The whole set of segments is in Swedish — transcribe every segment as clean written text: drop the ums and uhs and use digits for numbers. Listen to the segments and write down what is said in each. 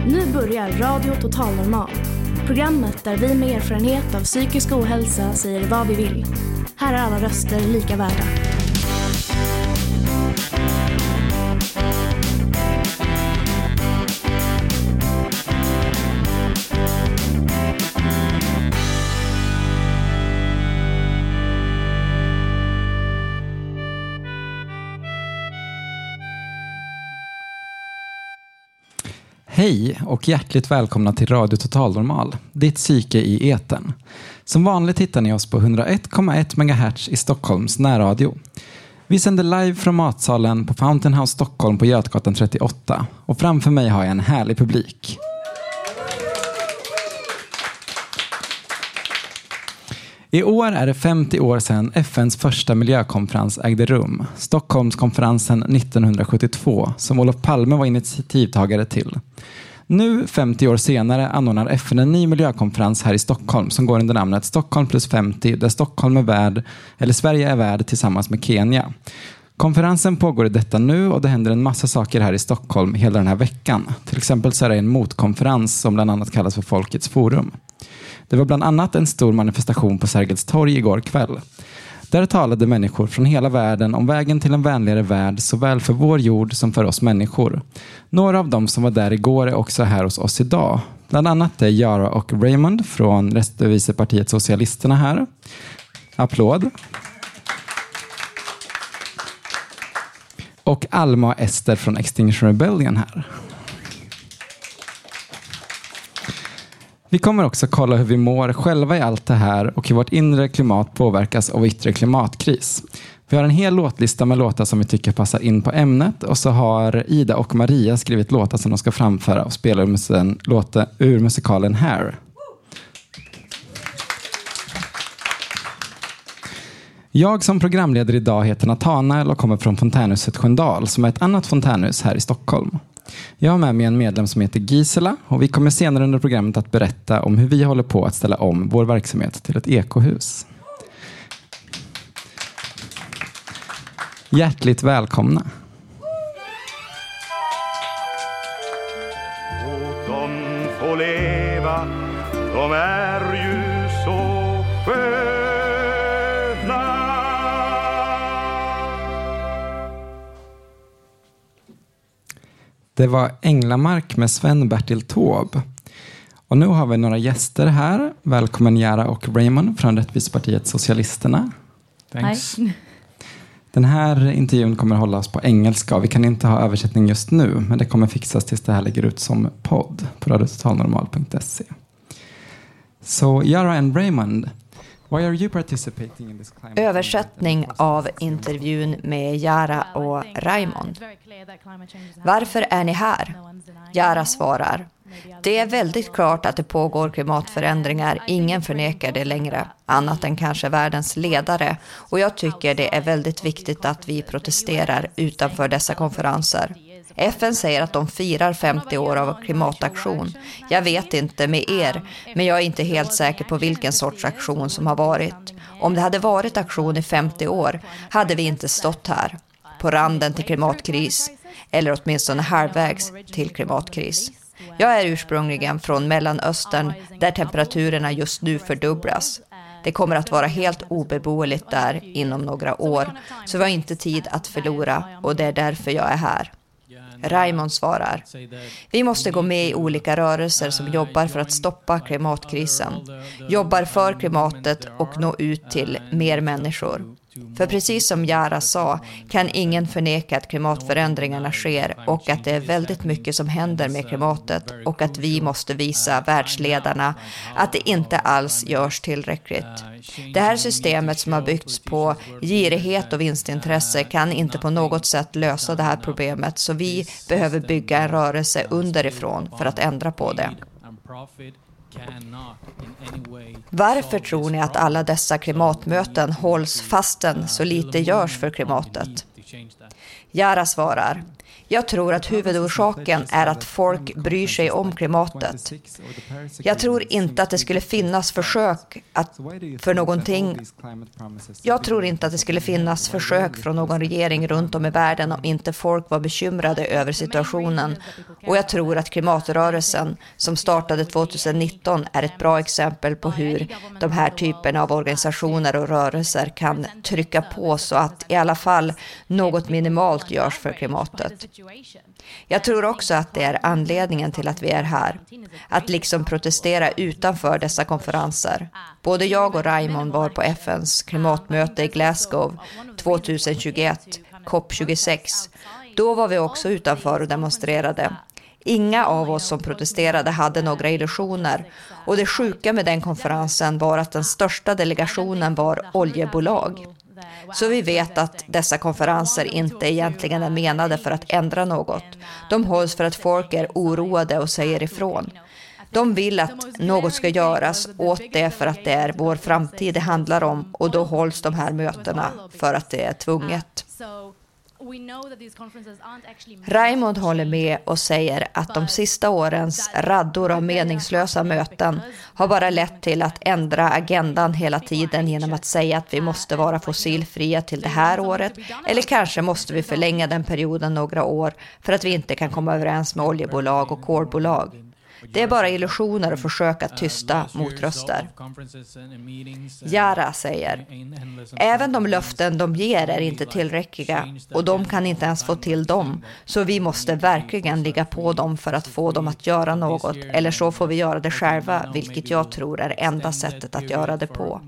Nu börjar Radio Total Normal. Programmet där vi med erfarenhet av psykisk ohälsa säger vad vi vill. Här är alla röster lika värda. Hej och hjärtligt välkomna till Radio Total Normal, ditt psyke i etern. Som vanligt hittar ni oss på 101,1 MHz i Stockholms närradio. Vi sänder live från matsalen på Fountain House Stockholm på Götgatan 38 och framför mig har jag en härlig publik. I år är det 50 år sedan FNs första miljökonferens ägde rum, Stockholmskonferensen 1972, som Olof Palme var initiativtagare till. Nu, 50 år senare, anordnar FN en ny miljökonferens här i Stockholm som går under namnet Stockholm plus 50, där Sverige är värd tillsammans med Kenya. Konferensen pågår i detta nu och det händer en massa saker här i Stockholm hela den här veckan. Till exempel så är det en motkonferens som bland annat kallas för Folkets forum. Det var bland annat en stor manifestation på Sergels torg igår kväll. Där talade människor från hela världen om vägen till en vänligare värld såväl för vår jord som för oss människor. Några av dem som var där igår är också här hos oss idag. Bland annat är Yara och Raymond från Rättvisepartiet Socialisterna här. Applåd. Och Alma och Ester från Extinction Rebellion här. Vi kommer också kolla hur vi mår själva i allt det här och hur vårt inre klimat påverkas av yttre klimatkris. Vi har en hel låtlista med låtar som vi tycker passar in på ämnet och så har Ida och Maria skrivit låtar som de ska framföra och spela ur musikalen Hair. Jag som programledare idag heter Nathanael och kommer från Fontänhuset Sköndal som är ett annat fontänhus här i Stockholm. Jag har med mig en medlem som heter Gisela och vi kommer senare under programmet att berätta om hur vi håller på att ställa om vår verksamhet till ett ekohus. Hjärtligt välkomna! Låt dem få leva, de är ju så sköna. Det var Änglamark med Sven-Bertil Taube. Och nu har vi några gäster här. Välkommen Yara och Raymond från Rättvisepartiet Socialisterna. Thanks. Hej. Den här intervjun kommer att hållas på engelska. Vi kan inte ha översättning just nu, men det kommer fixas tills det här ligger ut som podd på radiototalnormal.se. So Yara and Raymond, why are you participating in this climate? Översättning av intervjun med Yara och Raymond. Varför är ni här? Yara svarar: det är väldigt klart att det pågår klimatförändringar. Ingen förnekar det längre, annat än kanske världens ledare. Och jag tycker det är väldigt viktigt att vi protesterar utanför dessa konferenser. FN säger att de firar 50 år av klimataktion. Jag vet inte med er, men jag är inte helt säker på vilken sorts aktion som har varit. Om det hade varit aktion i 50 år hade vi inte stått här, på randen till klimatkris, eller åtminstone halvvägs till klimatkris. Jag är ursprungligen från Mellanöstern där temperaturerna just nu fördubblas. Det kommer att vara helt obeboeligt där inom några år, så vi har inte tid att förlora och det är därför jag är här. Raymond svarar: vi måste gå med i olika rörelser som jobbar för att stoppa klimatkrisen, jobbar för klimatet och nå ut till mer människor. För precis som Yara sa kan ingen förneka att klimatförändringarna sker och att det är väldigt mycket som händer med klimatet och att vi måste visa världsledarna att det inte alls görs tillräckligt. Det här systemet som har byggts på girighet och vinstintresse kan inte på något sätt lösa det här problemet, så vi behöver bygga en rörelse underifrån för att ändra på det. Varför tror ni att alla dessa klimatmöten hålls fastän så lite görs för klimatet? Yara svarar: Jag tror att huvudorsaken är att folk bryr sig om klimatet. Jag tror inte att det skulle finnas försök från någon regering runt om i världen om inte folk var bekymrade över situationen. Och jag tror att klimatrörelsen som startade 2019 är ett bra exempel på hur de här typerna av organisationer och rörelser kan trycka på så att i alla fall något minimalt görs för klimatet. Jag tror också att det är anledningen till att vi är här. Att liksom protestera utanför dessa konferenser. Både jag och Raymond var på FNs klimatmöte i Glasgow 2021, COP26. Då var vi också utanför och demonstrerade. Inga av oss som protesterade hade några illusioner. Och det sjuka med den konferensen var att den största delegationen var oljebolag. Så vi vet att dessa konferenser inte egentligen är menade för att ändra något. De hålls för att folk är oroade och säger ifrån. De vill att något ska göras åt det för att det är vår framtid det handlar om och då hålls de här mötena för att det är tvunget. Raymond håller med och säger att de sista årens raddor av meningslösa möten har bara lett till att ändra agendan hela tiden genom att säga att vi måste vara fossilfria till det här året eller kanske måste vi förlänga den perioden några år för att vi inte kan komma överens med oljebolag och kolbolag. Det är bara illusioner och försök att tysta motröster. Yara säger, även de löften de ger är inte tillräckliga och de kan inte ens få till dem. Så vi måste verkligen ligga på dem för att få dem att göra något. Eller så får vi göra det själva, vilket jag tror är enda sättet att göra det på.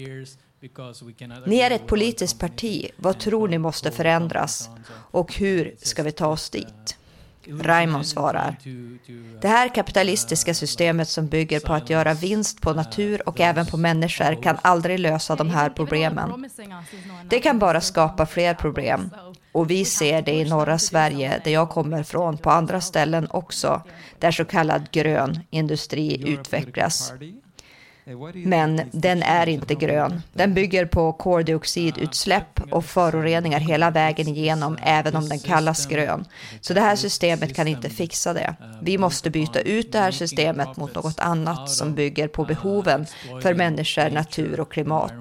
Ni är ett politiskt parti. Vad tror ni måste förändras? Och hur ska vi ta oss dit? Raymond svarar, det här kapitalistiska systemet som bygger på att göra vinst på natur och även på människor kan aldrig lösa de här problemen. Det kan bara skapa fler problem. Och vi ser det i norra Sverige där jag kommer från på andra ställen också, där så kallad grön industri utvecklas. Men den är inte grön. Den bygger på koldioxidutsläpp och föroreningar hela vägen igenom även om den kallas grön. Så det här systemet kan inte fixa det. Vi måste byta ut det här systemet mot något annat som bygger på behoven för människor, natur och klimat.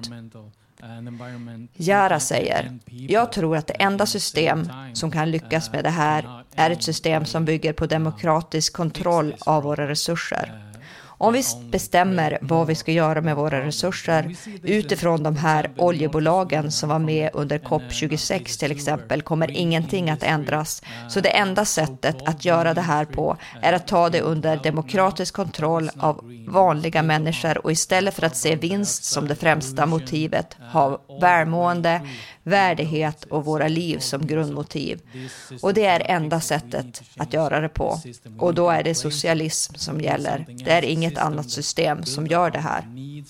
Yara säger, jag tror att det enda system som kan lyckas med det här är ett system som bygger på demokratisk kontroll av våra resurser. Om vi bestämmer vad vi ska göra med våra resurser utifrån de här oljebolagen som var med under COP26 till exempel kommer ingenting att ändras. Så det enda sättet att göra det här på är att ta det under demokratisk kontroll av vanliga människor och istället för att se vinst som det främsta motivet ha välmående, värdighet och våra liv som grundmotiv. Och det är enda sättet att göra det på. Och då är det socialism som gäller. Det är inget annat system som gör det här.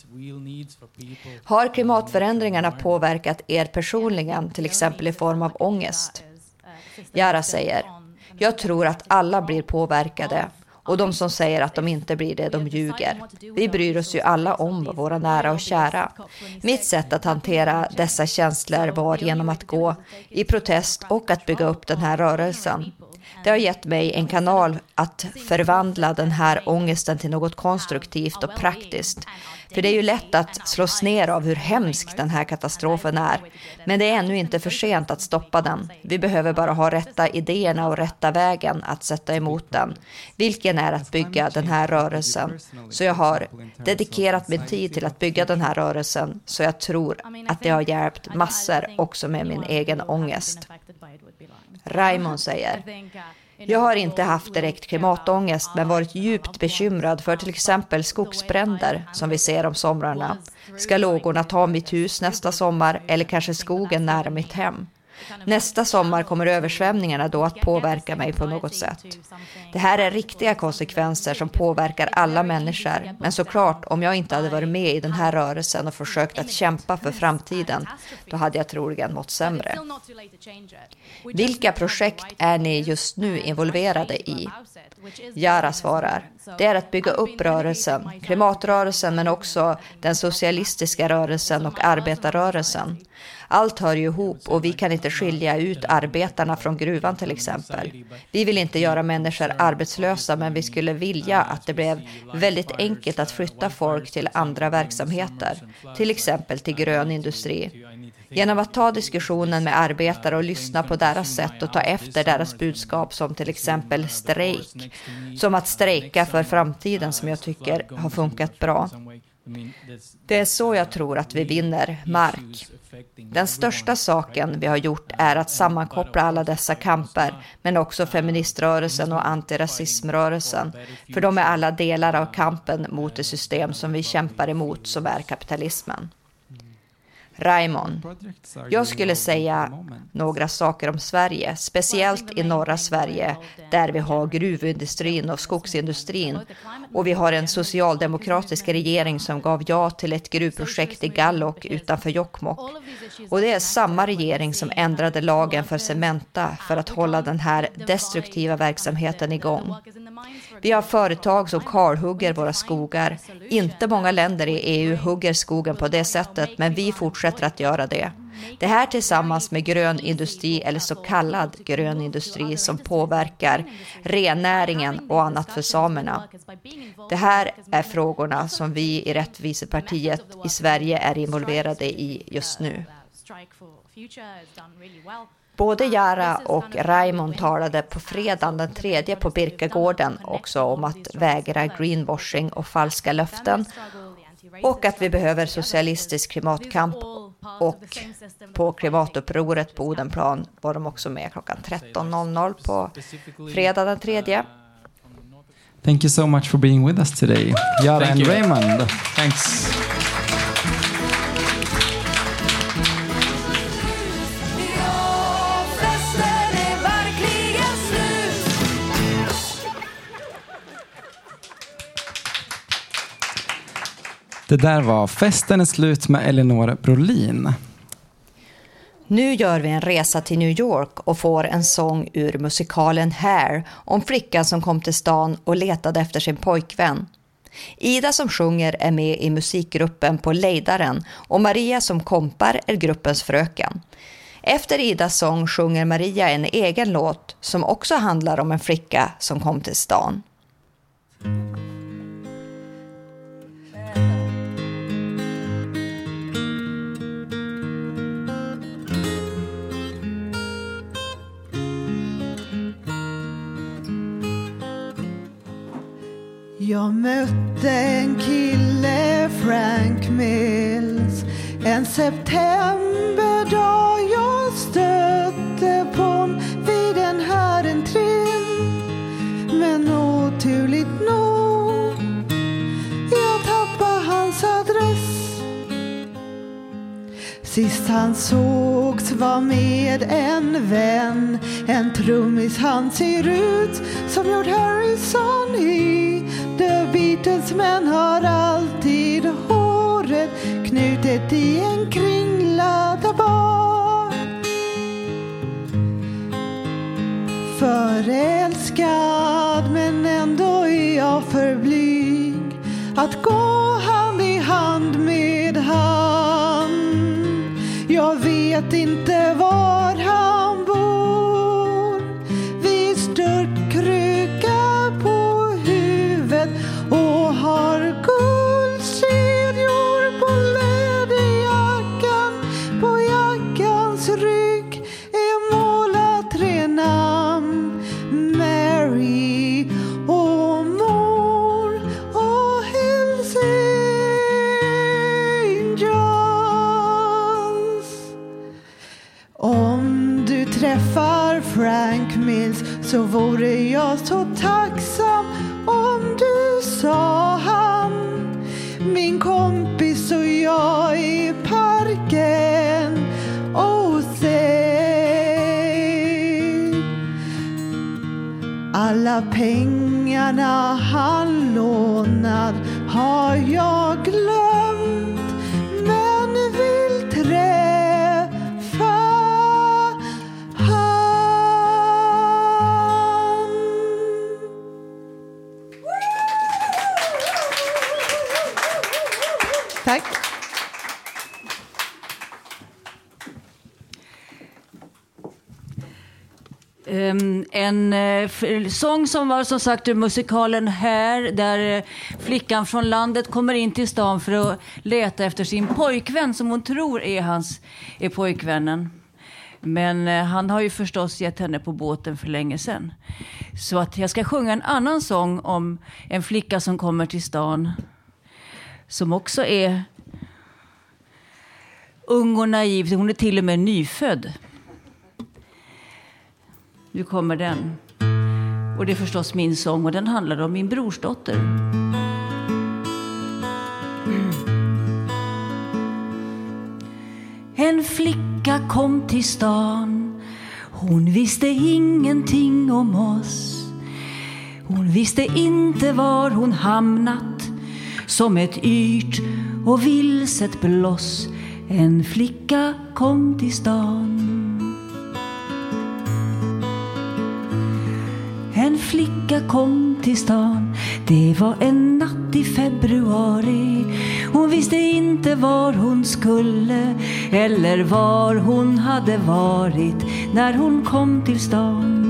Har klimatförändringarna påverkat er personligen, till exempel i form av ångest? Yara säger, jag tror att alla blir påverkade. Och de som säger att de inte blir det, de ljuger. Vi bryr oss ju alla om våra nära och kära. Mitt sätt att hantera dessa känslor var genom att gå i protest och att bygga upp den här rörelsen. Det har gett mig en kanal att förvandla den här ångesten till något konstruktivt och praktiskt. För det är ju lätt att slås ner av hur hemsk den här katastrofen är. Men det är ännu inte för sent att stoppa den. Vi behöver bara ha rätta idéerna och rätta vägen att sätta emot den. Vilken är att bygga den här rörelsen. Så jag har dedikerat min tid till att bygga den här rörelsen. Så jag tror att det har hjälpt massor också med min egen ångest. Raymond säger, jag har inte haft direkt klimatångest men varit djupt bekymrad för till exempel skogsbränder som vi ser om somrarna. Ska lågorna ta mitt hus nästa sommar eller kanske skogen nära mitt hem? Nästa sommar kommer översvämningarna då att påverka mig på något sätt. Det här är riktiga konsekvenser som påverkar alla människor. Men såklart, om jag inte hade varit med i den här rörelsen och försökt att kämpa för framtiden, då hade jag troligen mått sämre. Vilka projekt är ni just nu involverade i? Yara svarar, det är att bygga upp rörelsen, klimatrörelsen men också den socialistiska rörelsen och arbetarrörelsen. Allt hör ju ihop och vi kan inte skilja ut arbetarna från gruvan till exempel. Vi vill inte göra människor arbetslösa, men vi skulle vilja att det blev väldigt enkelt att flytta folk till andra verksamheter, till exempel till grön industri. Genom att ta diskussionen med arbetare och lyssna på deras sätt och ta efter deras budskap, som till exempel strejk. Som att strejka för framtiden, som jag tycker har funkat bra. Det är så jag tror att vi vinner mark. Den största saken vi har gjort är att sammankoppla alla dessa kamper, men också feministrörelsen och antirasismrörelsen. För de är alla delar av kampen mot det system som vi kämpar emot, som är kapitalismen. Raymond, jag skulle säga några saker om Sverige, speciellt i norra Sverige där vi har gruvindustrin och skogsindustrin, och vi har en socialdemokratisk regering som gav ja till ett gruvprojekt i Gallok utanför Jokkmokk. Och det är samma regering som ändrade lagen för Cementa för att hålla den här destruktiva verksamheten igång. Vi har företag som kalhugger våra skogar. Inte många länder i EU hugger skogen på det sättet, men vi fortsätter att göra det. Det här tillsammans med grön industri, eller så kallad grön industri, som påverkar rennäringen och annat för samerna. Det här är frågorna som vi i Rättvisepartiet i Sverige är involverade i just nu. Både Jara och Raymond talade på fredagen den 3 på Birkagården också om att vägra greenwashing och falska löften, och att vi behöver socialistisk klimatkamp, och på klimatupproret på Odenplan var de också med klockan 13.00 på fredag den 3. Thank you so much for being with us today, Jara and Raymond. Thanks. Det där var Festen är slut med Elinor Brolin. Nu gör vi en resa till New York och får en sång ur musikalen Hair om flickan som kom till stan och letade efter sin pojkvän. Ida som sjunger är med i musikgruppen på Lejdaren, och Maria som kompar är gruppens fröken. Efter Idas sång sjunger Maria en egen låt som också handlar om en flicka som kom till stan. Jag mötte en kille, Frank Mills, en septemberdag. Jag stötte på hon vid den här entrén, men oturligt nog jag tappade hans adress. Sist han sågs var med en vän, en trummis. Han ser ut som George Harrison i The Beatles, men har alltid håret knutet i en kringla där bak. Förälskad, men ändå är jag för blyg att gå hand i hand med han. Jag vet inte var han bor, vid störtkruka på huvudet, och har guldkedjor på läderjackan. På jackans rygg är målat 3 namn: Mary och Mor och Hells Angels. Om du träffar Frank Mills så vore jag så tacksam om du sa han, min kompis och jag i parken, och säg alla pengarna han lånat har jag glömt, men vill träffa han. Tack. en sång som var som sagt ur musikalen Här, där flickan från landet kommer in till stan för att leta efter sin pojkvän som hon tror är pojkvännen. Men han har ju förstås gett henne på båten för länge sedan. Så att jag ska sjunga en annan sång om en flicka som kommer till stan, som också är ung och naiv. Hon är till och med nyfödd. Nu kommer den. Och det är förstås min sång, och den handlar om min brorsdotter. En flicka kom till stan. Hon visste ingenting om oss. Hon visste inte var hon hamnat, som ett yrt och vilset bloss. En flicka kom till stan. En flicka kom till stan. Det var en natt i februari. Hon visste inte var hon skulle eller var hon hade varit när hon kom till stan.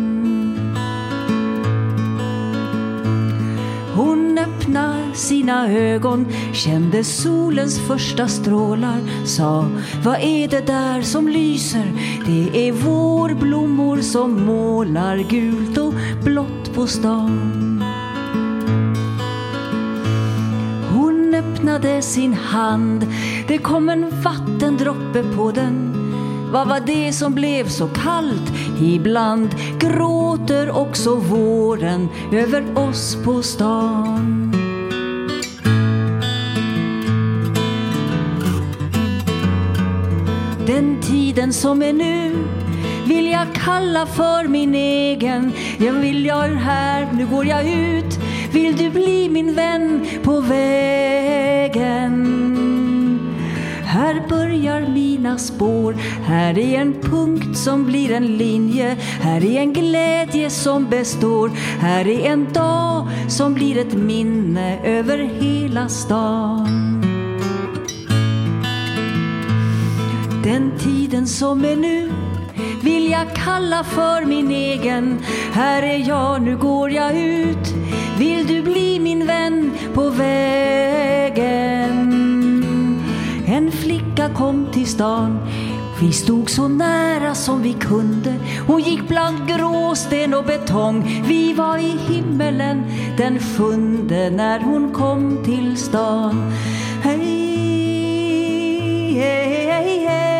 Hon öppnade sina ögon, kände solens första strålar, sa: vad är det där som lyser? Det är vårblommor som målar gult och blått på stan. Hon öppnade sin hand, det kom en vattendroppe på den. Vad var det som blev så kallt? Ibland gråter också våren över oss på stan. Den tiden som är nu vill jag kalla för min egen. Jag vill jag är här, nu går jag ut. Vill du bli min vän på vägen? Här börjar mina spår. Här är en punkt som blir en linje. Här är en glädje som består. Här är en dag som blir ett minne över hela stan. Den tiden som är nu vill jag kalla för min egen. Här är jag, nu går jag ut. Vill du bli min vän på vägen? En flicka kom till stan. Vi stod så nära som vi kunde. Hon gick bland gråsten och betong. Vi var i himmelen den 7:e när hon kom till stan. Hej, hej, hej, hej.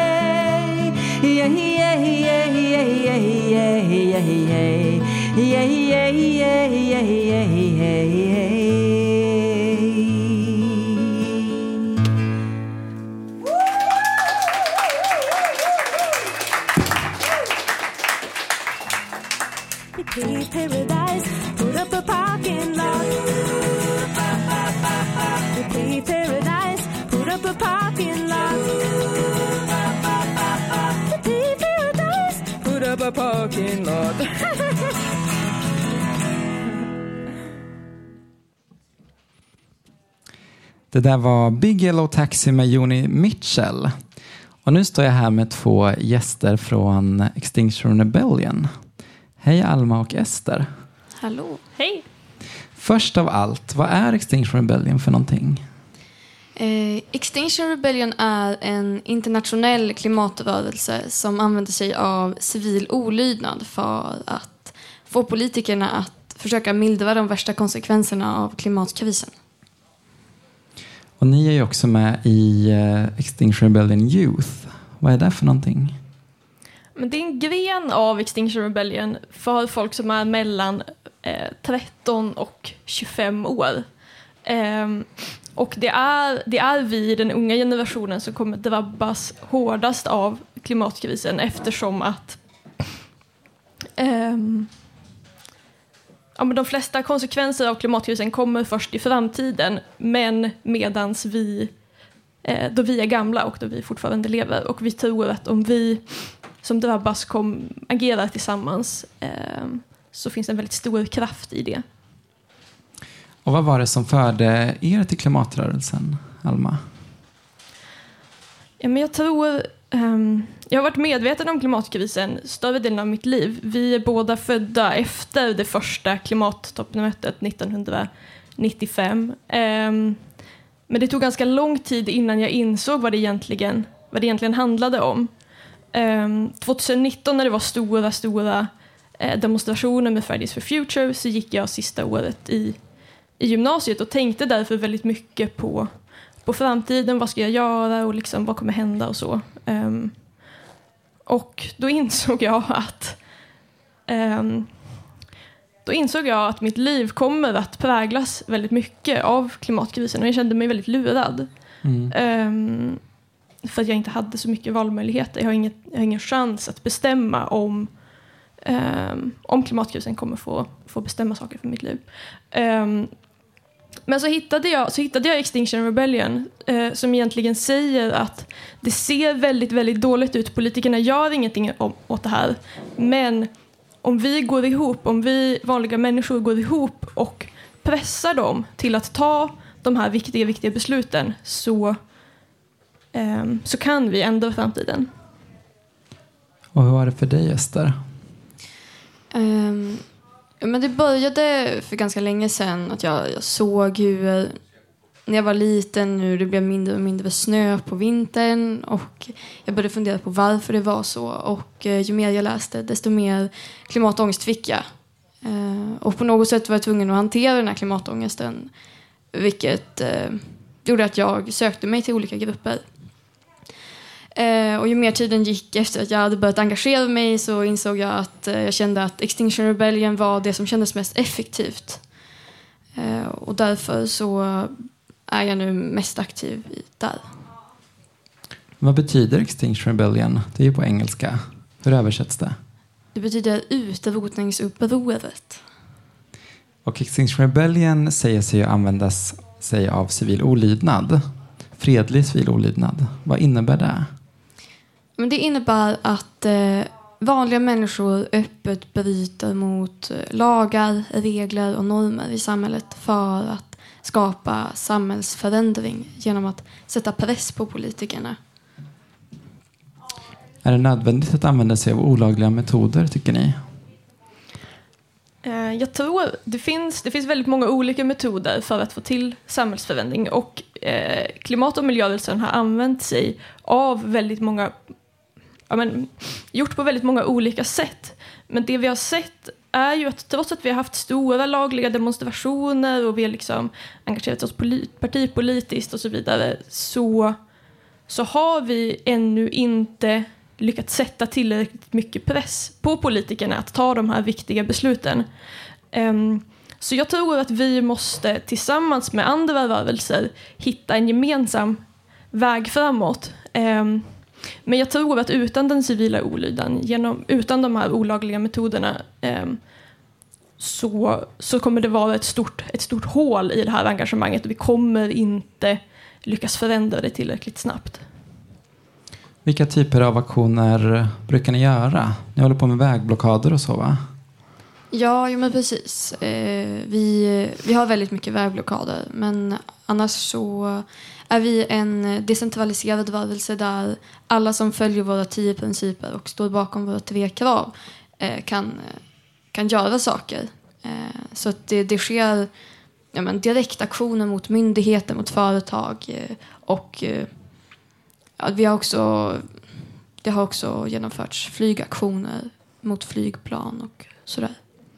Paradise, put up a parking lot. Paradise, put up a parking lot. Paradise, put up a parking lot. Det där var Big Yellow Taxi med Joni Mitchell. Och nu står jag här med 2 gäster från Extinction Rebellion. Hej Alma och Ester. Hallå. Hej. Först av allt, vad är Extinction Rebellion för någonting? Extinction Rebellion är en internationell klimatrörelse som använder sig av civil olydnad för att få politikerna att försöka mildra de värsta konsekvenserna av klimatkrisen. Och ni är ju också med i Extinction Rebellion Youth. Vad är det för någonting? Men det är en gren av Extinction Rebellion för folk som är mellan 13 och 25 år. Och det är vi, den unga generationen, som kommer drabbas hårdast av klimatkrisen, eftersom att men de flesta konsekvenser av klimatkrisen kommer först i framtiden, men medans då vi är gamla och då vi fortfarande lever. Och vi tror att om vi som drabbas agerar tillsammans så finns det en väldigt stor kraft i det. Och vad var det som förde er till klimatrörelsen, Alma? Ja, men jag tror Jag har varit medveten om klimatkrisen större delen av mitt liv. Vi är båda födda efter det första klimattoppmötet 1995. Men det tog ganska lång tid innan jag insåg vad det egentligen handlade om. 2019 när det var stora demonstrationer med Fridays for Future så gick jag sista året i gymnasiet och tänkte därför väldigt mycket på framtiden, vad ska jag göra och liksom, vad kommer hända och så. Och då insåg jag att mitt liv kommer att präglas väldigt mycket av klimatkrisen och jag kände mig väldigt lurad. För att jag inte hade så mycket valmöjligheter. Jag har ingen chans att bestämma om klimatkrisen kommer få bestämma saker för mitt liv. Men så hittade jag Extinction Rebellion som egentligen säger att det ser väldigt, väldigt dåligt ut. Politikerna gör ingenting åt det här. Men om vi vanliga människor går ihop och pressar dem till att ta de här viktiga besluten så kan vi ändra framtiden. Och hur var det för dig, Ester? Men det började för ganska länge sedan att jag såg hur när jag var liten hur det blev mindre och mindre snö på vintern och jag började fundera på varför det var så och ju mer jag läste desto mer klimatångest fick jag. Och på något sätt var jag tvungen att hantera den här klimatångesten vilket gjorde att jag sökte mig till olika grupper. Och ju mer tiden gick efter att jag hade börjat engagera mig så insåg jag att jag kände att Extinction Rebellion var det som kändes mest effektivt. Och därför så är jag nu mest aktiv där. Vad betyder Extinction Rebellion? Det är ju på engelska. Hur översätts det? Det betyder utrotningsupproret. Och Extinction Rebellion säger sig använda sig av civil olydnad. Fredlig civil olydnad. Vad innebär det? Men det innebär att vanliga människor öppet bryter mot lagar, regler och normer i samhället för att skapa samhällsförändring genom att sätta press på politikerna. Är det nödvändigt att använda sig av olagliga metoder, tycker ni? Jag tror det finns väldigt många olika metoder för att få till samhällsförändring och klimat- och miljörörelsen har använt sig av väldigt många gjort på väldigt många olika sätt. Men det vi har sett är ju att trots att vi har haft stora lagliga demonstrationer och vi har liksom engagerat oss partipolitiskt och så vidare så har vi ännu inte lyckats sätta tillräckligt mycket press på politikerna att ta de här viktiga besluten. Så jag tror att vi måste tillsammans med andra rörelser hitta en gemensam väg framåt. Men jag tror att utan den civila olydan, utan de här olagliga metoderna så kommer det vara ett stort hål i det här engagemanget och vi kommer inte lyckas förändra det tillräckligt snabbt. Vilka typer av aktioner brukar ni göra? Ni håller på med vägblockader och så, va? Ja, men precis. Vi har väldigt mycket vägblockader, men annars så är vi en decentraliserad rörelse där alla som följer våra 10 principer och står bakom våra 3 krav kan göra saker. Så att det sker direktaktioner mot myndigheter, mot företag och det har också genomförts flygaktioner mot flygplan och sådär.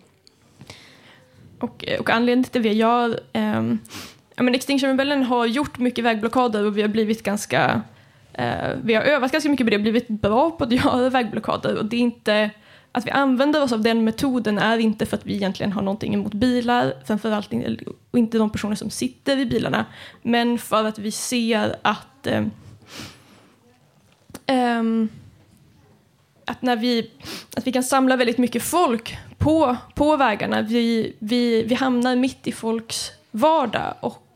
Och anledningen till det vi gör Extinction Rebellion har gjort mycket vägblockader och vi har blivit vi har övat ganska mycket på det och blivit bra på att göra vägblockader och det är inte att vi använder oss av den metoden är inte för att vi egentligen har någonting emot bilar framförallt och inte de personer som sitter i bilarna men för att vi ser att vi kan samla väldigt mycket folk på vägarna. Vi hamnar mitt i folks vardag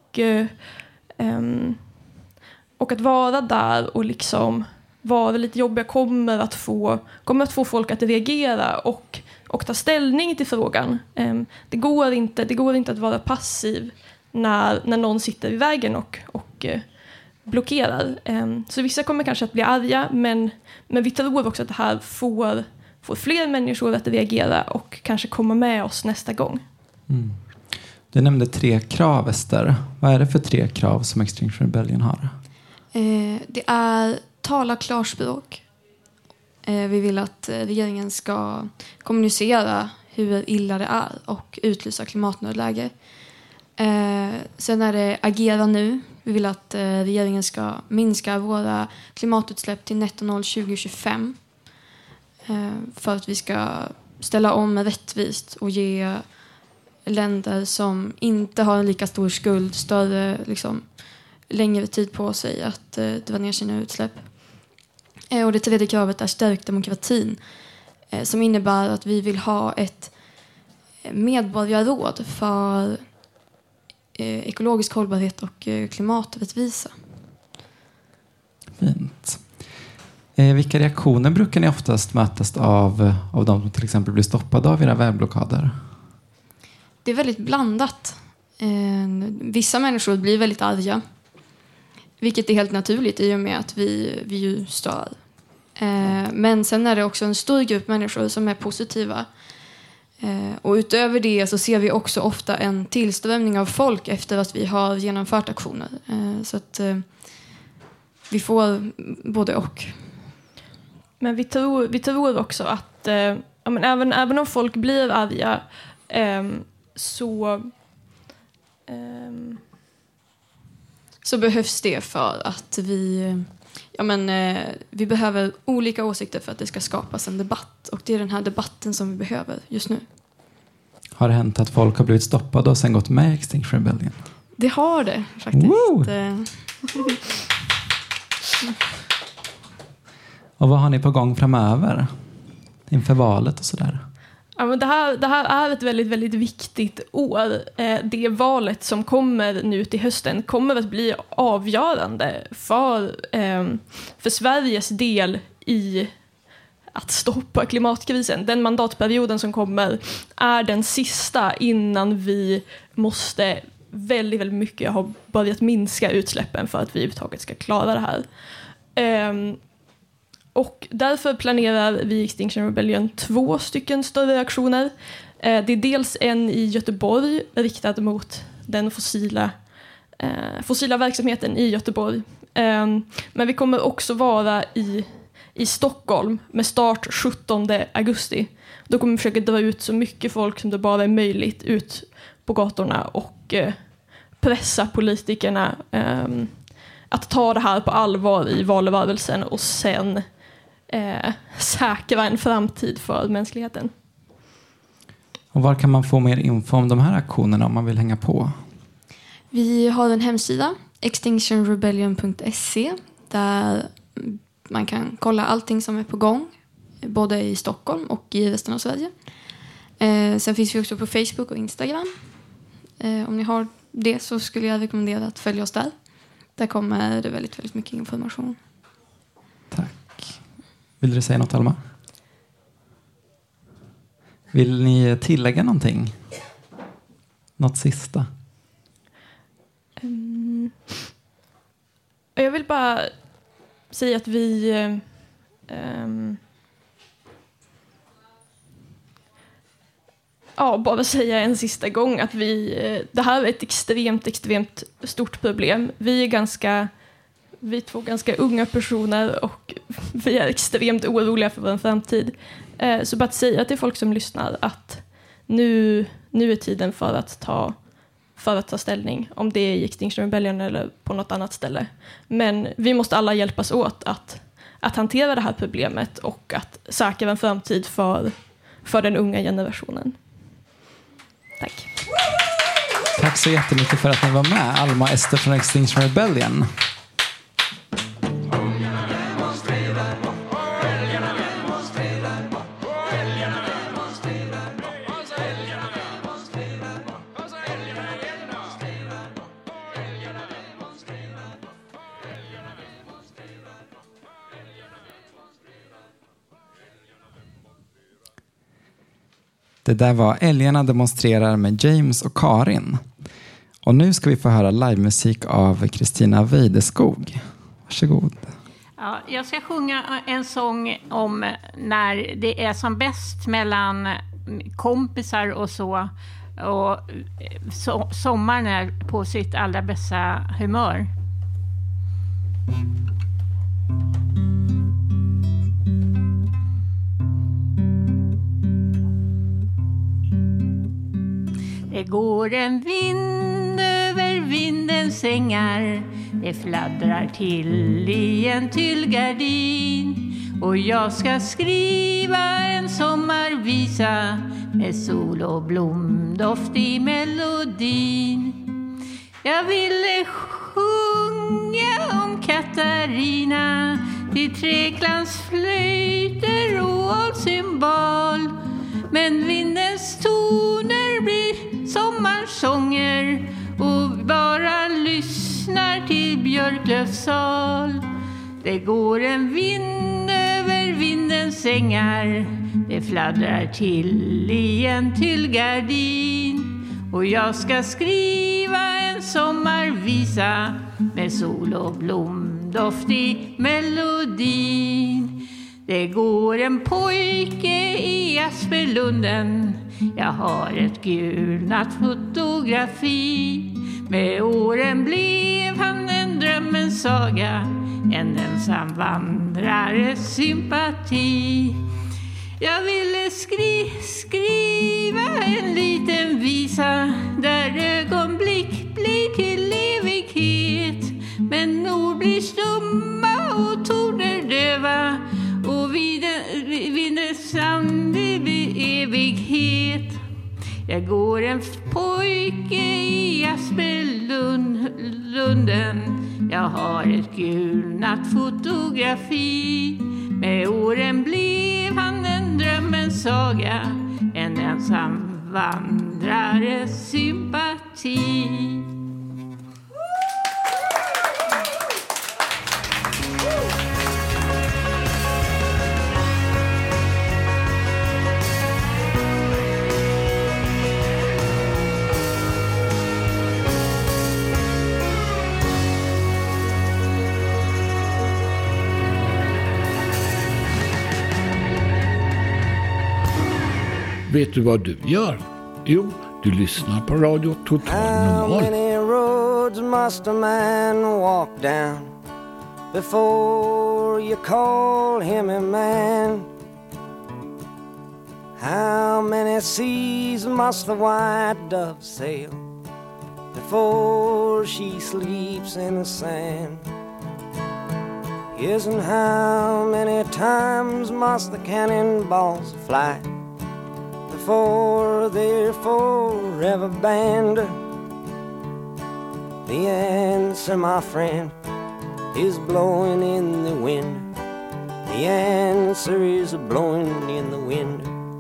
och att vara där och liksom vara lite jobbiga kommer att få folk att reagera och ta ställning till frågan. Det går inte att vara passiv när någon sitter i vägen och blockerar. Så vissa kommer kanske att bli arga, men vi tror också att det här får fler människor att reagera och kanske komma med oss nästa gång. Mm. Du nämnde 3 krav, Ester. Vad är det för 3 krav som Extinction Rebellion har? Det är tala klarspråk. Vi vill att regeringen ska kommunicera hur illa det är och utlysa klimatnödläge. Sen är det agera nu. Vi vill att regeringen ska minska våra klimatutsläpp till netto noll 2025. För att vi ska ställa om rättvist och ge länder som inte har en lika stor skuld längre tid på sig att dra ner sina utsläpp. Och det 3:e kravet är stärkt demokratin, som innebär att vi vill ha ett medborgarråd för ekologisk hållbarhet och klimaträttvisa. Fint. Vilka reaktioner brukar ni oftast mötas av de som till exempel blir stoppade av era vägblockader? Det är väldigt blandat. Vissa människor blir väldigt arga, vilket är helt naturligt i och med att vi ju stör. Men sen är det också en stor grupp människor som är positiva. Och utöver det så ser vi också ofta en tillströmning av folk efter att vi har genomfört aktioner. Så att vi får både och. Men vi tror också att även om folk blir arga så behövs det för att vi behöver olika åsikter för att det ska skapas en debatt. Och det är den här debatten som vi behöver just nu. Har det hänt att folk har blivit stoppade och sen gått med i Extinction Rebellion? Det har det faktiskt. Och vad har ni på gång framöver? Inför valet och sådär? Ja, men det här är ett väldigt, väldigt viktigt år. Det valet som kommer nu till hösten kommer att bli avgörande för Sveriges del i att stoppa klimatkrisen. Den mandatperioden som kommer är den sista innan vi måste väldigt, väldigt mycket ha börjat minska utsläppen för att vi överhuvudtaget ska klara det här. Och därför planerar vi i Extinction Rebellion 2 stycken större aktioner. Det är dels en i Göteborg riktad mot den fossila verksamheten i Göteborg. Men vi kommer också vara i Stockholm med start 17 augusti. Då kommer vi försöka dra ut så mycket folk som det bara är möjligt ut på gatorna och pressa politikerna att ta det här på allvar i valrörelsen och sen säkra en framtid för mänskligheten. Och var kan man få mer info om de här aktionerna om man vill hänga på? Vi har en hemsida, extinctionrebellion.se, där man kan kolla allting som är på gång, både i Stockholm och i resten av Sverige. Sen finns vi också på Facebook och Instagram. Om ni har det så skulle jag rekommendera att följa oss där. Där kommer det väldigt, väldigt mycket information. Tack. Vill du säga något, Alma? Vill ni tillägga någonting? Något sista? Jag vill bara säga att vi bara säga en sista gång att det här är ett extremt stort problem. Vi är 2 ganska unga personer och vi är extremt oroliga för vår framtid. Så bara att säga till folk som lyssnar att nu är tiden för att ta ställning, om det är i Extinction Rebellion eller på något annat ställe. Men vi måste alla hjälpas åt att hantera det här problemet och att säkra en framtid för den unga generationen. Tack. Tack så jättemycket för att ni var med, Alma och Ester från Extinction Rebellion. Det där var Älgarna demonstrerar med James och Karin. Och nu ska vi få höra livemusik av Kristina Weideskog. Varsågod. Ja, jag ska sjunga en sång om när det är som bäst mellan kompisar och så. Och sommaren är på sitt allra bästa humör. Det går en vind över vindens ängar. Det fladdrar till i en tyllgardin. Och jag ska skriva en sommarvisa med sol och blomdoft i melodin. Jag ville sjunga om Katarina till Treklans flöjter och cymbal. Men vindens toner blir sommarsånger och bara lyssnar till Björklövs sal. Det går en vind över vindens ängar. Det fladdrar till i en tyllgardin. Och jag ska skriva en sommarvisa med sol och blomdoft i melodin. Det går en pojke i Asperlunden. Jag har ett gulnat fotografi. Med åren blev han en drömmens saga. En ensam vandrares sympati. Jag ville skriva en liten visa där ögonblick blir till evighet. Men ord blir stumma och toner döva. Och vindens sound blir evighet. Jag går en pojke i Asperlunden. Jag har ett gulnat fotografi. Med åren blev han en drömmens saga. En ensam vandrares sympati. Vet du vad du gör? Jo, du lyssnar på Radio Total Normal. How many roads must a man walk down before you call him a man? How many seas must the white dove sail before she sleeps in the sand? Yes, and how many times must the cannonballs fly before they're forever banned? The answer, my friend, is blowing in the wind. The answer is blowing in the wind.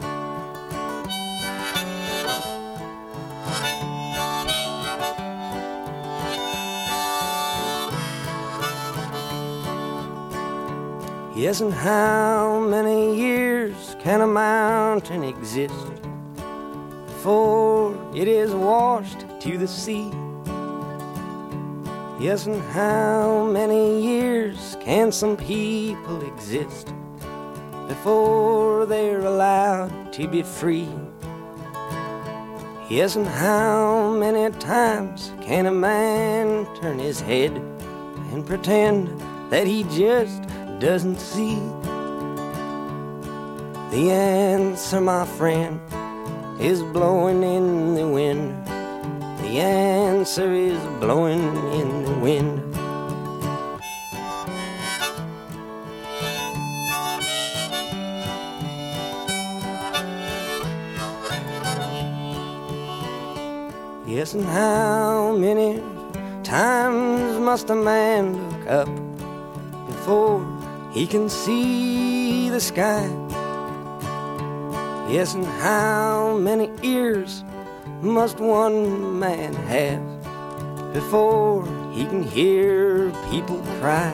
Yes, and how many years can a mountain exist before it is washed to the sea? Yes, and how many years can some people exist before they're allowed to be free? Yes, and how many times can a man turn his head and pretend that he just doesn't see? The answer, my friend, is blowing in the wind. The answer is blowing in the wind. Yes, and how many times must a man look up before he can see the sky? Yes, and how many ears must one man have before he can hear people cry?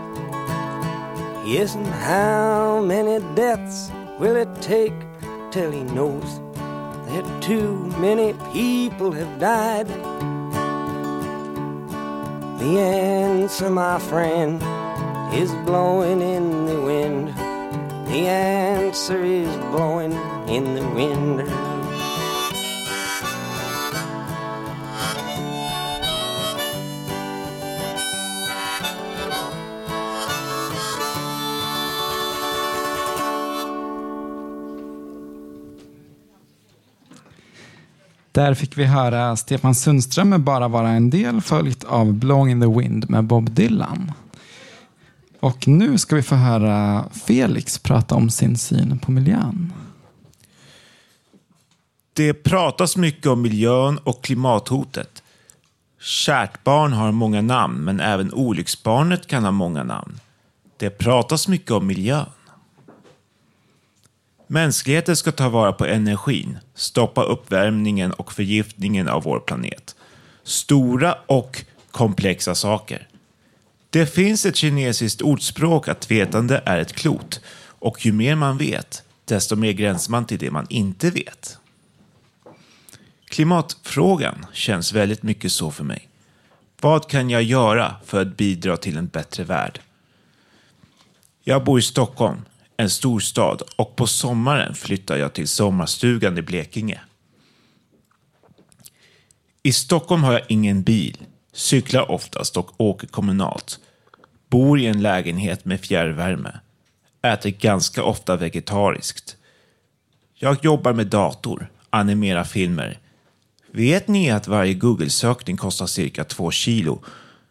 Yes, and how many deaths will it take till he knows that too many people have died? The answer, my friend, is blowing in the wind. The answer is blowing in the wind. Där fick vi höra Stefan Sundström med Bara vara en del, följt av Blowing in the Wind med Bob Dylan. Och nu ska vi få höra Felix prata om sin syn på miljön. Det pratas mycket om miljön och klimathotet. Kärt barn har många namn, men även olycksbarnet kan ha många namn. Det pratas mycket om miljön. Mänskligheten ska ta vara på energin, stoppa uppvärmningen och förgiftningen av vår planet. Stora och komplexa saker. Det finns ett kinesiskt ordspråk att vetande är ett klot, och ju mer man vet, desto mer gränsar man till det man inte vet. Klimatfrågan känns väldigt mycket så för mig. Vad kan jag göra för att bidra till en bättre värld? Jag bor i Stockholm, en storstad, och på sommaren flyttar jag till sommarstugan i Blekinge. I Stockholm har jag ingen bil, cyklar oftast och åker kommunalt. Bor i en lägenhet med fjärrvärme. Äter ganska ofta vegetariskt. Jag jobbar med dator, animerar filmer. Vet ni att varje Google-sökning kostar cirka 2 kilo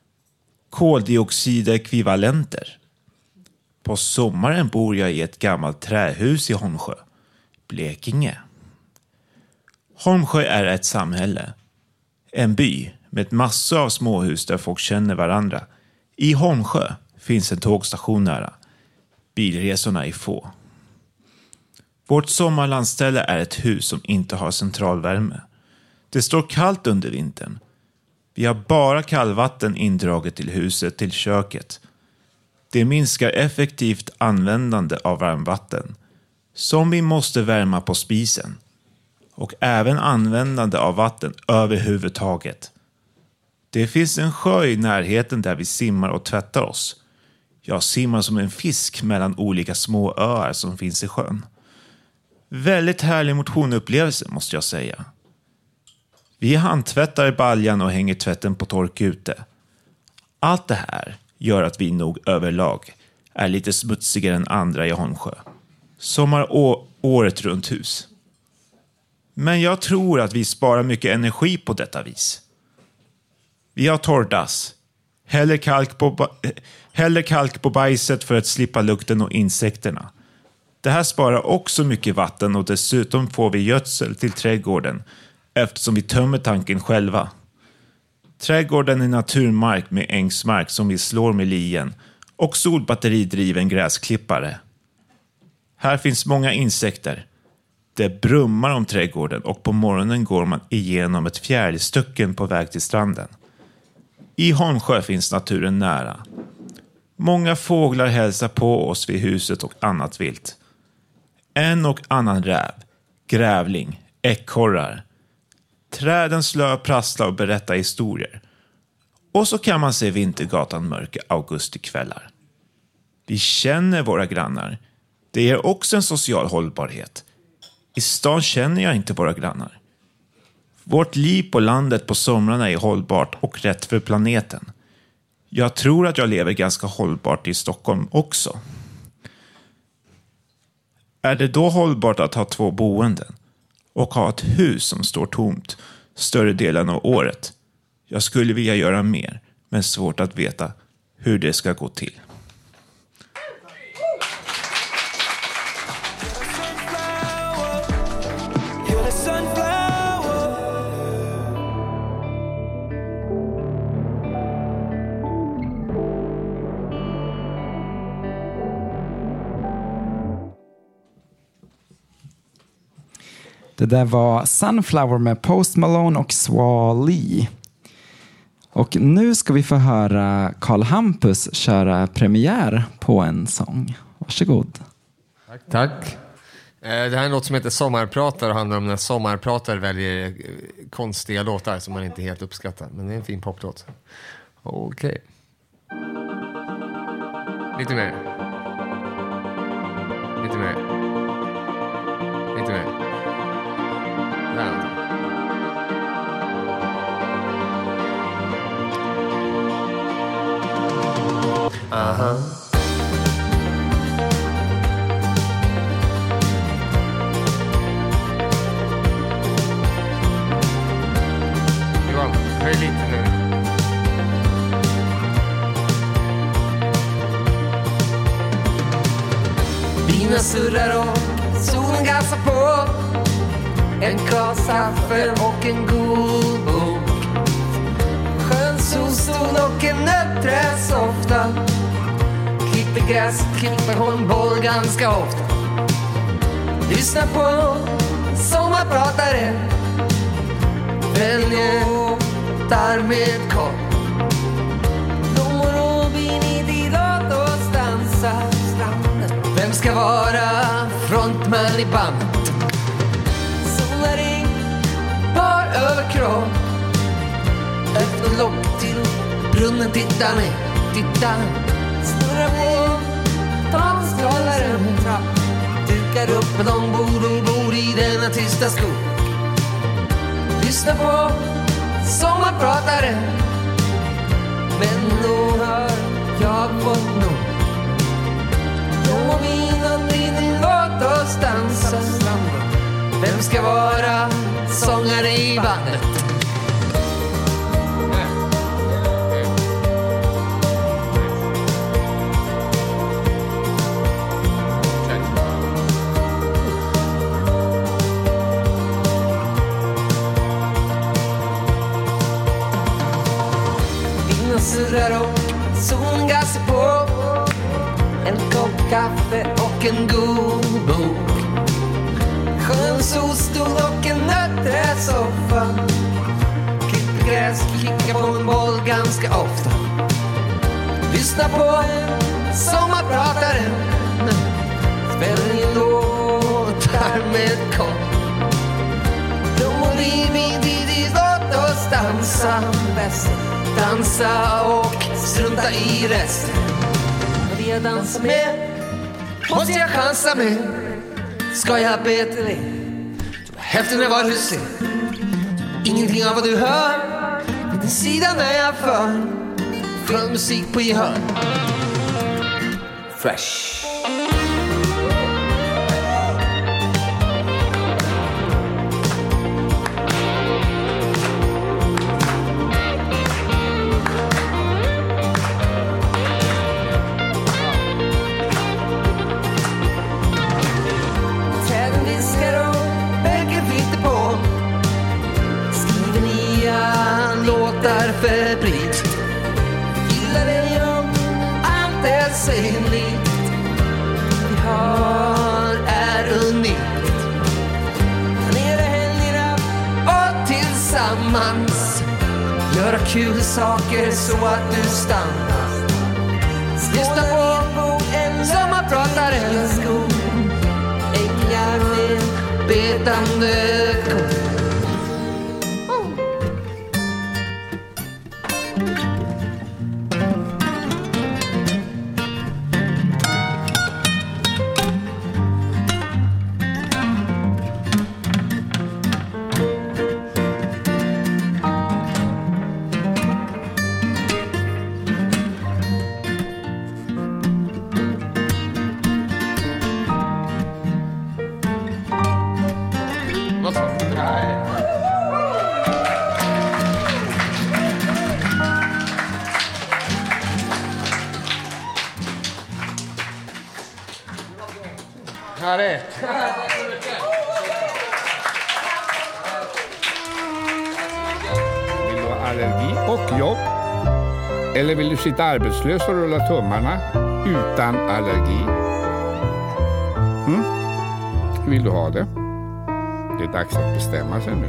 koldioxidekvivalenter? På sommaren bor jag i ett gammalt trähus i Holmsjö, Blekinge. Holmsjö är ett samhälle. En by med massor av småhus där folk känner varandra. I Holmsjö finns en tågstation nära. Bilresorna är få. Vårt sommarlandställe är ett hus som inte har centralvärme. Det står kallt under vintern. Vi har bara kallvatten indraget till huset till köket. Det minskar effektivt användande av varmvatten, som vi måste värma på spisen. Och även användande av vatten överhuvudtaget. Det finns en sjö i närheten där vi simmar och tvättar oss. Jag simmar som en fisk mellan olika små öar som finns i sjön. Väldigt härlig motionupplevelse, måste jag säga. Vi handtvättar i baljan och hänger tvätten på tork ute. Allt det här gör att vi nog överlag är lite smutsigare än andra i Holmsjö. Sommar året runt hus. Men jag tror att vi sparar mycket energi på detta vis. Vi har torrdass. Häller kalk på bajset för att slippa lukten och insekterna. Det här sparar också mycket vatten, och dessutom får vi gödsel till trädgården eftersom vi tömmer tanken själva. Trädgården är naturmark med ängsmark som vi slår med lien och solbatteridriven gräsklippare. Här finns många insekter. Det brummar om trädgården, och på morgonen går man igenom ett fjärilstycken på väg till stranden. I Holmsjö finns naturen nära. Många fåglar hälsar på oss vid huset och annat vilt. En och annan räv, grävling, ekorrar. Trädens löv prasslar och berättar historier. Och så kan man se Vintergatan mörka augustikvällar. Vi känner våra grannar. Det ger också en social hållbarhet. I stan känner jag inte våra grannar. Vårt liv på landet på somrarna är hållbart och rätt för planeten. Jag tror att jag lever ganska hållbart i Stockholm också. Är det då hållbart att ha 2 boenden och ha ett hus som står tomt större delen av året? Jag skulle vilja göra mer, men svårt att veta hur det ska gå till. Det där var Sunflower med Post Malone och Swally. Och nu ska vi få höra Karl Hampus köra premiär på en sång. Varsågod. Tack. Det här är något som heter Sommarpratar och handlar om när sommarpratare väljer konstiga låtar som man inte helt uppskattar. Men det är en fin poplåt. Okej. Lite mer. Lite mer. Lite mer. Där. Aha. Johan, höj lite nu. Bilen surrar och solen gassar på. En kopp kaffe och en god bok. Skön solstol och en nötträdssofta. Klipper gräs, klipper håndboll ganska ofta. Lyssna på sommarpratare. Väljer låtar med koll. De och Robin i din låt oss dansa. Vem ska vara frontman i bandet? Solring, bar överkropp. Öppna lock till brunnen, titta ner, titta. Snurra på dansskålaren. Dukar upp med de bor i denna tysta skog. Lyssna på sommarpratare. Men då hör jag fått nog. Och min låt oss dansa. Vem ska vara sångare i bandet? Vinden surrar och solen gassar på. En kopp kaffe och en god bok. Skön solstol och en nötträdssoffa. Klipper gräs, kickar på en boll ganska ofta. Lyssna på sommarpratare. Spänner låtar med koll. De och vi låt oss dansa bäst. Dansa och strunta i resten. Vill jag dansa med? Måste jag chansa med? Ska jag be till dig? Häften var du ser. Ingenting av vad du hör. Vid din sida när jag för. Skön musik på gehör. Fresh. Febrilt. Gillar dig om allt är sig likt. Vi har är unikt. Planera helgerna och tillsammans göra kul saker så att du stannar. Lyssna på en sommarpratare. Ängar med betande kor. Vill du ha allergi och jobb? Eller vill du sitta arbetslös och rulla tummarna utan allergi? Hur vill du ha det? Det är dags att bestämma sig nu.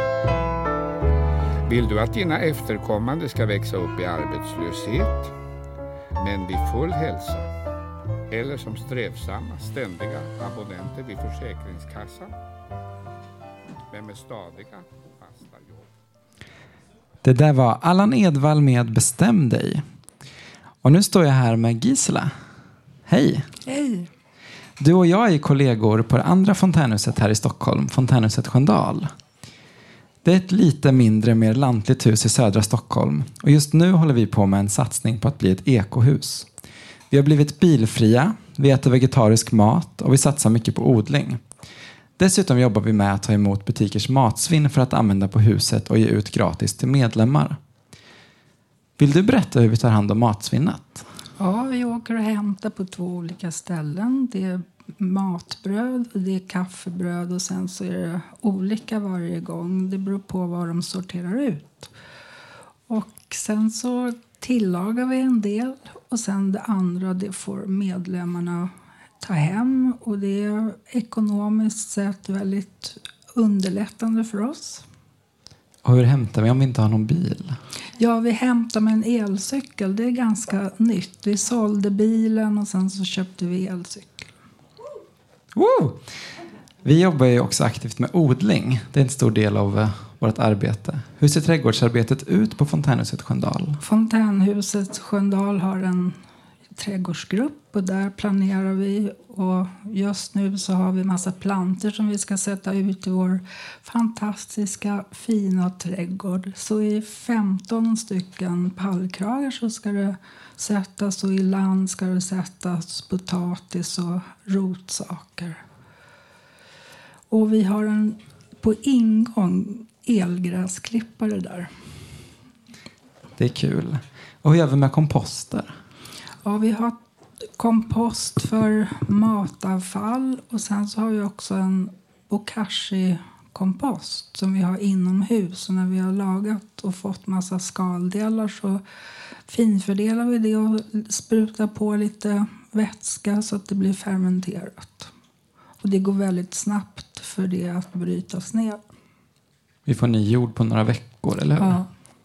Vill du att dina efterkommande ska växa upp i arbetslöshet men vid full hälsa? Eller som strävsamma, ständiga abonnenter vid Försäkringskassan? Men med stadiga, fasta jobb. Det där var Allan Edwall med Bestäm dig. Och nu står jag här med Gisela. Hej! Hej! Du och jag är kollegor på det andra fontänhuset här i Stockholm, fontänhuset Sköndal. Det är ett lite mindre, mer lantligt hus i södra Stockholm. Och just nu håller vi på med en satsning på att bli ett ekohus. Vi har blivit bilfria, vi äter vegetarisk mat och vi satsar mycket på odling. Dessutom jobbar vi med att ta emot butikers matsvinn för att använda på huset och ge ut gratis till medlemmar. Vill du berätta hur vi tar hand om matsvinnet? Ja, vi åker och hämtar på 2 olika ställen. Det är matbröd och det är kaffebröd och sen så är det olika varje gång. Det beror på vad de sorterar ut. Och sen så tillagar vi en del och sen det andra det får medlemmarna ta hem. Och det är ekonomiskt sett väldigt underlättande för oss. Och hur hämtar vi om vi inte har någon bil? Ja, vi hämtar med en elcykel. Det är ganska nytt. Vi sålde bilen och sen så köpte vi elcykel. Woo! Vi jobbar ju också aktivt med odling. Det är en stor del av vårt arbete. Hur ser trädgårdsarbetet ut på Fontänhuset Sköndal? Fontänhuset Sköndal har en trädgårdsgrupp och där planerar vi. Och just nu så har vi massa planter som vi ska sätta ut i vår fantastiska fina trädgård. Så i 15 stycken pallkragar så ska det sättas och i land ska det sättas potatis och rotsaker. Och vi har en på ingång elgräsklippare där. Det är kul. Och hur gör vi med komposter? Ja, vi har kompost för matavfall och sen så har vi också en bokashi-kompost som vi har inomhus. Och när vi har lagat och fått massa skaldelar så finfördelar vi det och sprutar på lite vätska så att det blir fermenterat. Och det går väldigt snabbt för det att brytas ner. Vi får ny jord på några veckor, eller hur? Ja.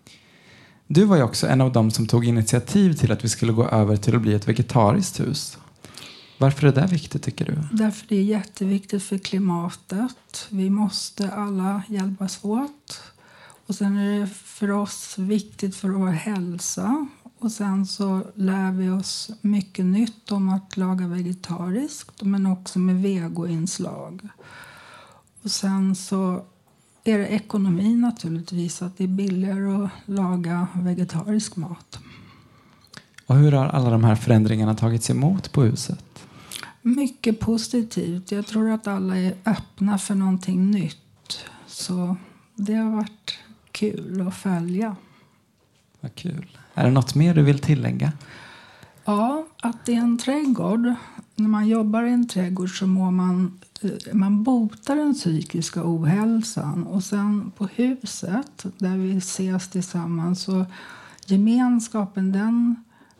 Du var ju också en av dem som tog initiativ till att vi skulle gå över till att bli ett vegetariskt hus. Varför är det viktigt tycker du? Därför det är jätteviktigt för klimatet. Vi måste alla hjälpas åt. Och sen är det för oss viktigt för vår hälsa. Och sen så lär vi oss mycket nytt om att laga vegetariskt. Men också med vegoinslag. Och sen så är det ekonomi naturligtvis. Att det är billigare att laga vegetarisk mat. Och hur har alla de här förändringarna tagits emot på huset? Mycket positivt. Jag tror att alla är öppna för någonting nytt. Så det har varit kul att följa. Vad kul. Är det något mer du vill tillägga? Ja, att det är en trädgård. När man jobbar i en trädgård så man botar den psykiska ohälsan. Och sen på huset där vi ses tillsammans så gemenskapen den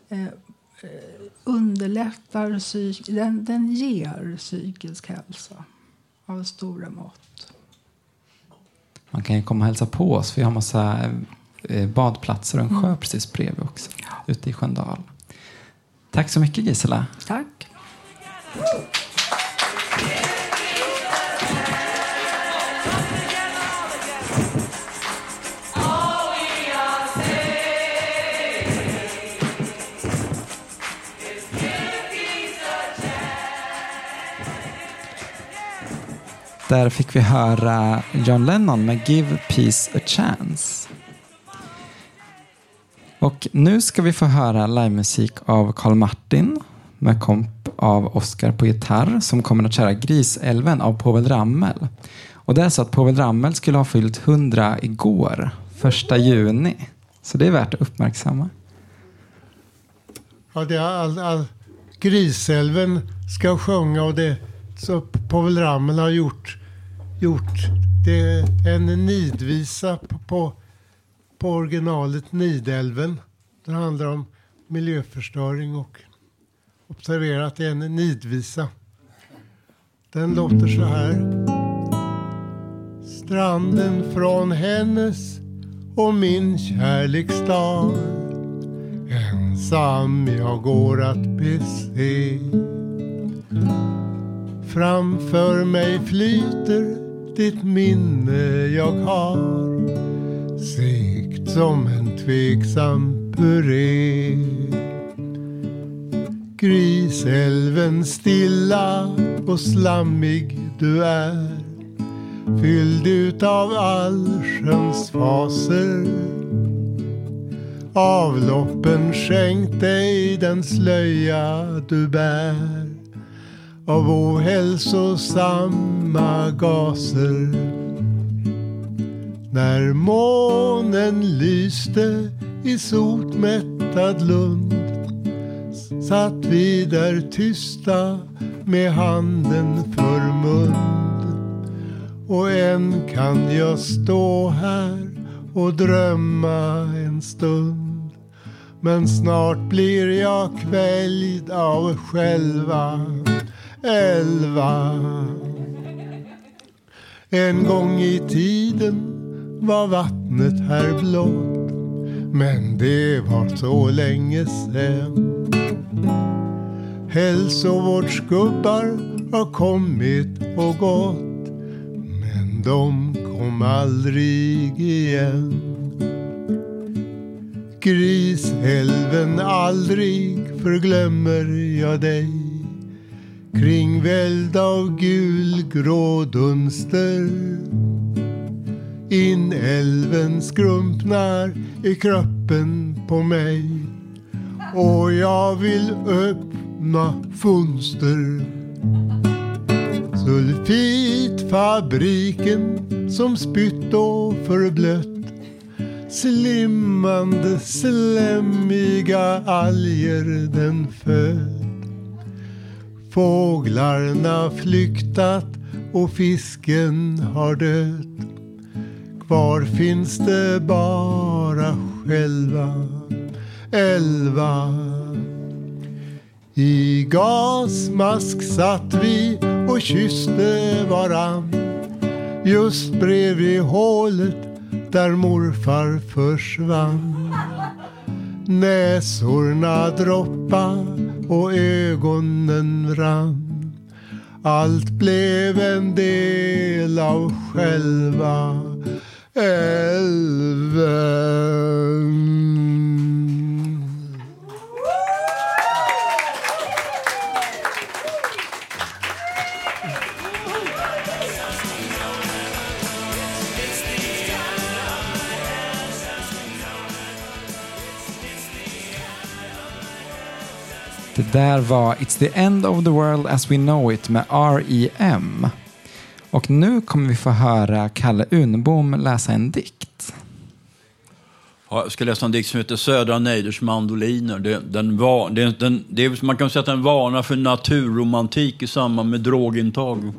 underlättar, den ger psykisk hälsa av stora mått. Man kan ju komma och hälsa på oss. Vi har massa badplatser och en sjö precis bredvid också. Ute i Sköndal. Tack så mycket Gisela. Tack. Där fick vi höra John Lennon med Give Peace a Chance. Och nu ska vi få höra livemusik av Carl Martin med komp av Oscar på gitarr som kommer att köra Grisälven av Povel Ramel. Och det är så att Povel Ramel skulle ha fyllt 100 igår, 1 juni. Så det är värt att uppmärksamma. Ja, det är Grisälven ska sjunga och det så Povel Ramel har gjort det är en nidvisa på originalet Nidälven. Det handlar om miljöförstöring och observera att det är en nidvisa. Den låter så här. Stranden från hennes och min kärleksdag. Ensam jag går att bese. Framför mig flyter ditt minne jag har. Segt som en tveksam puré. Grisälven stilla och slammig du är, fylld utav allsköns faser. Avloppen skänkt dig den slöja du bär av ohälsosamma gaser. När månen lyste i sotmättad lund satt vi där tysta med handen för mun. Och än kan jag stå här och drömma en stund, men snart blir jag kväljd av själva älva. En gång i tiden var vattnet här blått, men det var så länge sen. Hälsovårdsgubbar har kommit och gått, men de kom aldrig igen. Grisälven, aldrig förglömmer jag dig, kringvälld av gulgrå dunster. Inälven skrumpnar i kroppen på mig, och jag vill öppna fönster. Sulfitfabriken som spytt och förblött, slimmande slemmiga alger den föd. Fåglarna flyktat och fisken har dött. Kvar finns det bara själva älva. I gasmask satt vi och kysste varann, just bredvid hålet där morfar försvann. Näsorna droppa och ögonen rann. Allt blev en del av själva älven. Det där var It's the end of the world as we know it med R.E.M. Och nu kommer vi få höra Kalle Unbom läsa en dikt. Ja, jag ska läsa en dikt som heter Södra Nejders mandoliner. Man kan säga att den varnar för naturromantik i samband med drogintag.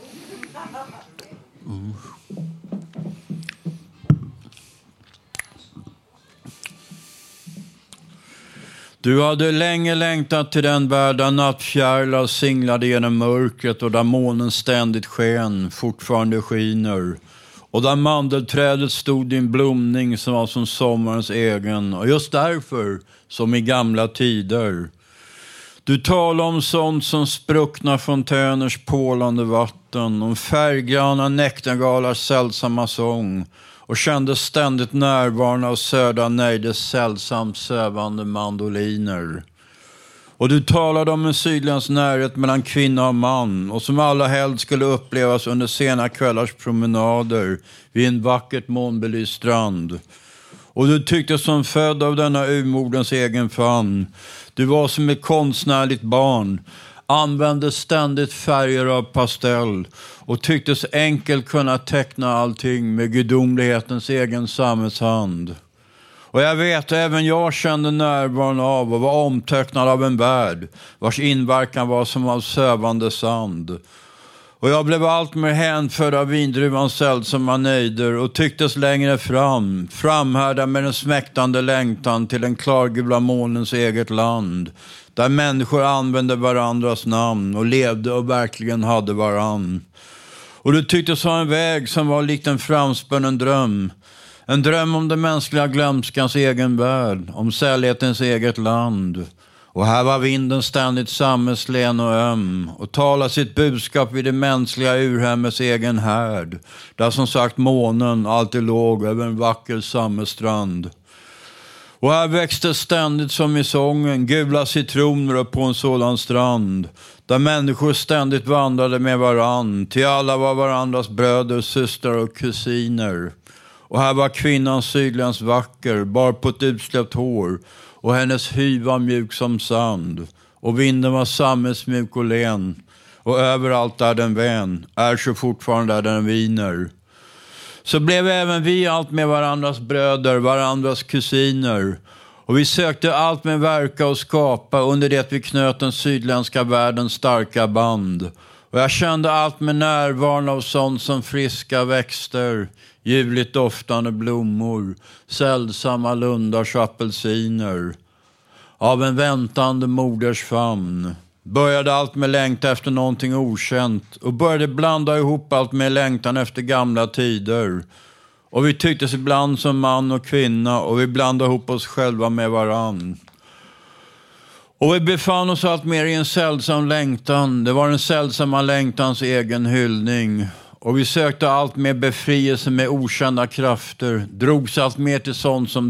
Du hade länge längtat till den värld där nattfjärilar singlade genom mörkret och där månen ständigt sken, fortfarande skiner. Och där mandelträdet stod i en blomning som var som sommarens egen. Och just därför, som i gamla tider. Du talar om sånt som spruckna fontäners pålande vatten, om färggrana näktergalars sällsamma sång. Och kände ständigt närvarande av Södra Nejders sällsamt sövande mandoliner. Och du talade om en sydlands närhet mellan kvinna och man, och som alla helst skulle upplevas under sena kvällars promenader vid en vackert månbelyst strand. Och du tyckte som född av denna urmodens egen famn. Du var som ett konstnärligt barn, använde ständigt färger av pastell och tycktes enkelt kunna teckna allting med gudomlighetens egen sammetshand. Och jag vet, även jag kände närvaron av och var omtecknad av en värld vars inverkan var som av sövande sand. Och jag blev allt mer hänförd av vindruvans sällsamma nejder och tycktes längre framhärda med den smäktande längtan till den klargula månens eget land, där människor använde varandras namn och levde och verkligen hade varann. Och du tycktes ha en väg som var likt en framspännen dröm. En dröm om den mänskliga glömskans egen värld, om sälhetens eget land. Och här var vinden ständigt sammetslen och öm och talade sitt budskap vid det mänskliga urhemmets egen härd, där som sagt månen alltid låg över en vacker sammestrand. Och här växte ständigt som i sången gula citroner upp på en sådan strand, där människor ständigt vandrade med varann, till alla var varandras bröder, systrar och kusiner. Och här var kvinnan sydländsk vacker, bar på ett utsläppt hår, och hennes hy var mjuk som sand, och vinden var sammetsmjuk och len, och överallt där den vän är så fortfarande där den viner. Så blev även vi allt med varandras bröder, varandras kusiner, och vi sökte allt med verka och skapa under det vi knöt den sydländska världens starka band. Och jag kände allt med närvaron av sånt som friska växter, ljuvligt doftande blommor, sällsamma lundars och apelsiner. Av en väntande moders famn började allt med längtan efter någonting okänt och började blanda ihop allt med längtan efter gamla tider. Och vi tycktes ibland som man och kvinna, och vi blandade ihop oss själva med varann. Och vi befann oss allt mer i en sällsam längtan. Det var en sällsamma längtans egen hyllning. Och vi sökte allt med befrielse med okända krafter. Drogs allt mer till sånt som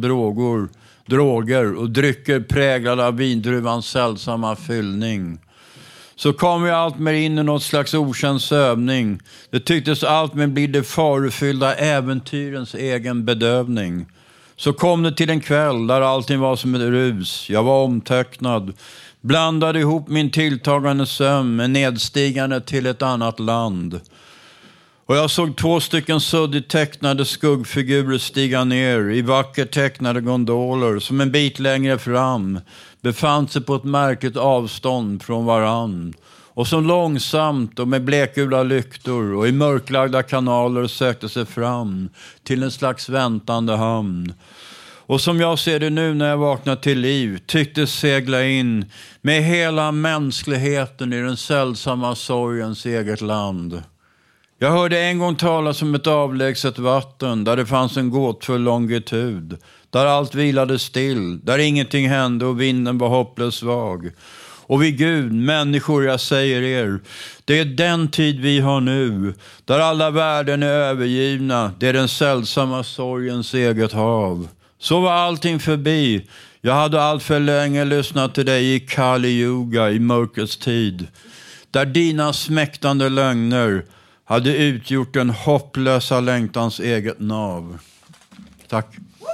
droger och drycker präglade av vindruvans sällsamma fyllning. Så kom vi allt mer in i något slags okänd sövning. Det tycktes allt mer bli det farofyllda äventyrens egen bedövning. Så kom det till en kväll där allting var som ett rus. Jag var omtöcknad, blandade ihop min tilltagande sömn med nedstigande till ett annat land. Och jag såg 2 suddigt tecknade skuggfigurer stiga ner i vackert tecknade gondoler som en bit längre fram befann sig på ett märkligt avstånd från varann, och som långsamt och med blekgula lyktor och i mörklagda kanaler sökte sig fram till en slags väntande hamn. Och som jag ser det nu när jag vaknar till liv, tycktes segla in med hela mänskligheten i den sällsamma sorgens eget land. Jag hörde en gång talas om ett avlägset vatten där det fanns en gåtfull longitud, där allt vilade still, där ingenting hände och vinden var hopplöst svag. Och vid Gud, människor, jag säger er, det är den tid vi har nu, där alla värden är övergivna, det är den sällsamma sorgens eget hav. Så var allting förbi. Jag hade allt för länge lyssnat till dig i Kali Yuga i mörkrets tid, där dina smäktande lögner hade utgjort den hopplösa längtans eget nav. Tack.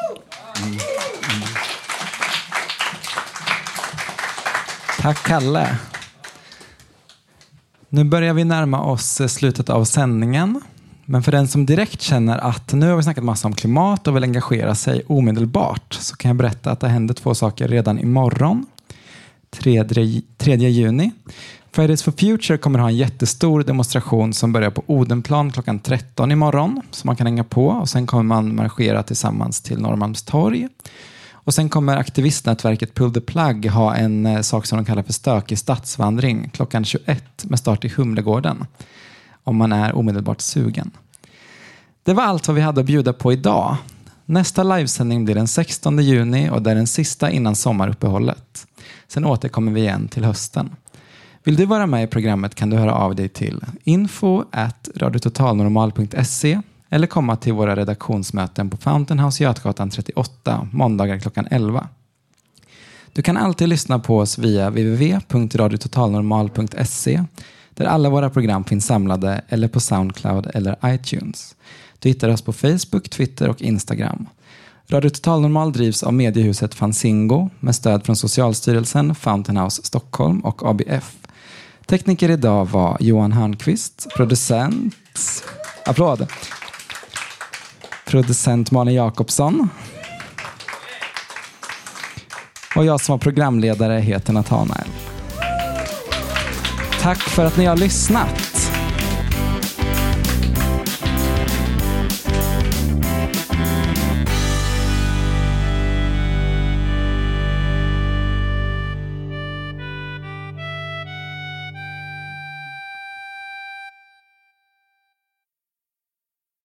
Tack, Kalle. Nu börjar vi närma oss slutet av sändningen. Men för den som direkt känner att nu har vi snackat massa om klimat och vill engagera sig omedelbart, så kan jag berätta att det händer 2 saker redan imorgon, 3 juni. Fridays for Future kommer ha en jättestor demonstration som börjar på Odenplan klockan 13 imorgon, som man kan hänga på, och sen kommer man marschera tillsammans till Norrmalmstorg. Och sen kommer aktivistnätverket Pull the Plug ha en sak som de kallar för stökig stadsvandring klockan 21 med start i Humlegården, om man är omedelbart sugen. Det var allt vad vi hade att bjuda på idag. Nästa livesändning blir den 16 juni och det är den sista innan sommaruppehållet. Sen återkommer vi igen till hösten. Vill du vara med i programmet kan du höra av dig till info@radiototalnormal.se eller komma till våra redaktionsmöten på Fountain House Götgatan 38 måndagar klockan 11. Du kan alltid lyssna på oss via www.radiototalnormal.se där alla våra program finns samlade, eller på Soundcloud eller iTunes. Du hittar oss på Facebook, Twitter och Instagram. Radio Total Normal drivs av mediehuset Fanzingo med stöd från Socialstyrelsen, Fountain House Stockholm och ABF. Tekniker idag var Johan Hörnqvist, producent Malin Jakobsson. Och jag som var programledare heter Nathanael. Tack för att ni har lyssnat.